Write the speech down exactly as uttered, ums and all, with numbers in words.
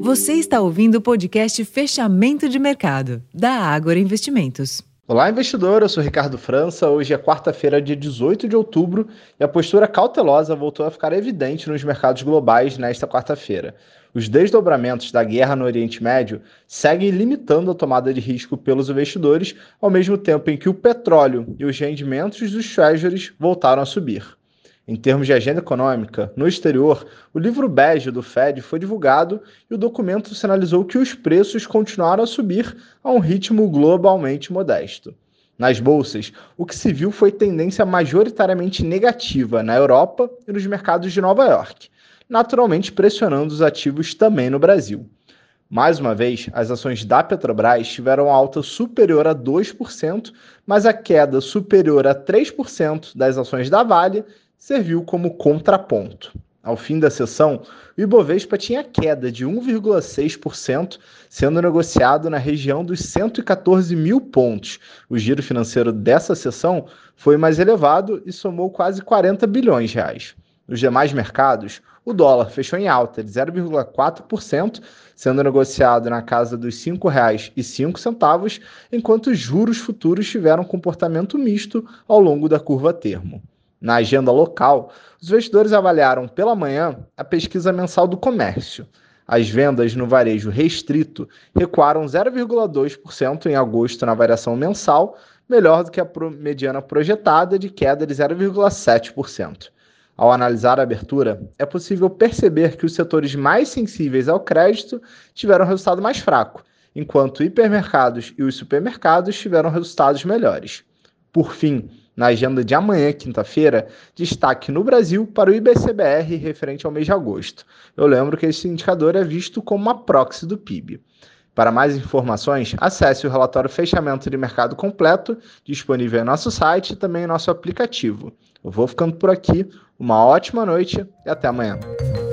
Você está ouvindo o podcast Fechamento de Mercado, da Ágora Investimentos. Olá, investidor, eu sou Ricardo França. Hoje é quarta-feira, dia dezoito de outubro, e a postura cautelosa voltou a ficar evidente nos mercados globais nesta quarta-feira. Os desdobramentos da guerra no Oriente Médio seguem limitando a tomada de risco pelos investidores, ao mesmo tempo em que o petróleo e os rendimentos dos treasuries voltaram a subir. Em termos de agenda econômica, no exterior, o livro bege do Fed foi divulgado e o documento sinalizou que os preços continuaram a subir a um ritmo globalmente modesto. Nas bolsas, o que se viu foi tendência majoritariamente negativa na Europa e nos mercados de Nova York, naturalmente pressionando os ativos também no Brasil. Mais uma vez, as ações da Petrobras tiveram alta superior a dois por cento, mas a queda superior a três por cento das ações da Vale serviu como contraponto. Ao fim da sessão, o Ibovespa tinha queda de um vírgula seis por cento, sendo negociado na região dos cento e quatorze mil pontos. O giro financeiro dessa sessão foi mais elevado e somou quase quarenta bilhões de reais. Nos demais mercados, o dólar fechou em alta de zero vírgula quatro por cento, sendo negociado na casa dos cinco reais e cinco centavos, enquanto os juros futuros tiveram comportamento misto ao longo da curva termo. Na agenda local, os investidores avaliaram pela manhã a pesquisa mensal do comércio. As vendas no varejo restrito recuaram zero vírgula dois por cento em agosto na variação mensal, melhor do que a mediana projetada de queda de zero vírgula sete por cento. Ao analisar a abertura, é possível perceber que os setores mais sensíveis ao crédito tiveram resultado mais fraco, enquanto hipermercados e os supermercados tiveram resultados melhores. Por fim, na agenda de amanhã, quinta-feira, destaque no Brasil para o I B C B R referente ao mês de agosto. Eu lembro que esse indicador é visto como uma proxy do P I B. Para mais informações, acesse o relatório Fechamento de Mercado completo, disponível em nosso site e também em nosso aplicativo. Eu vou ficando por aqui, uma ótima noite e até amanhã.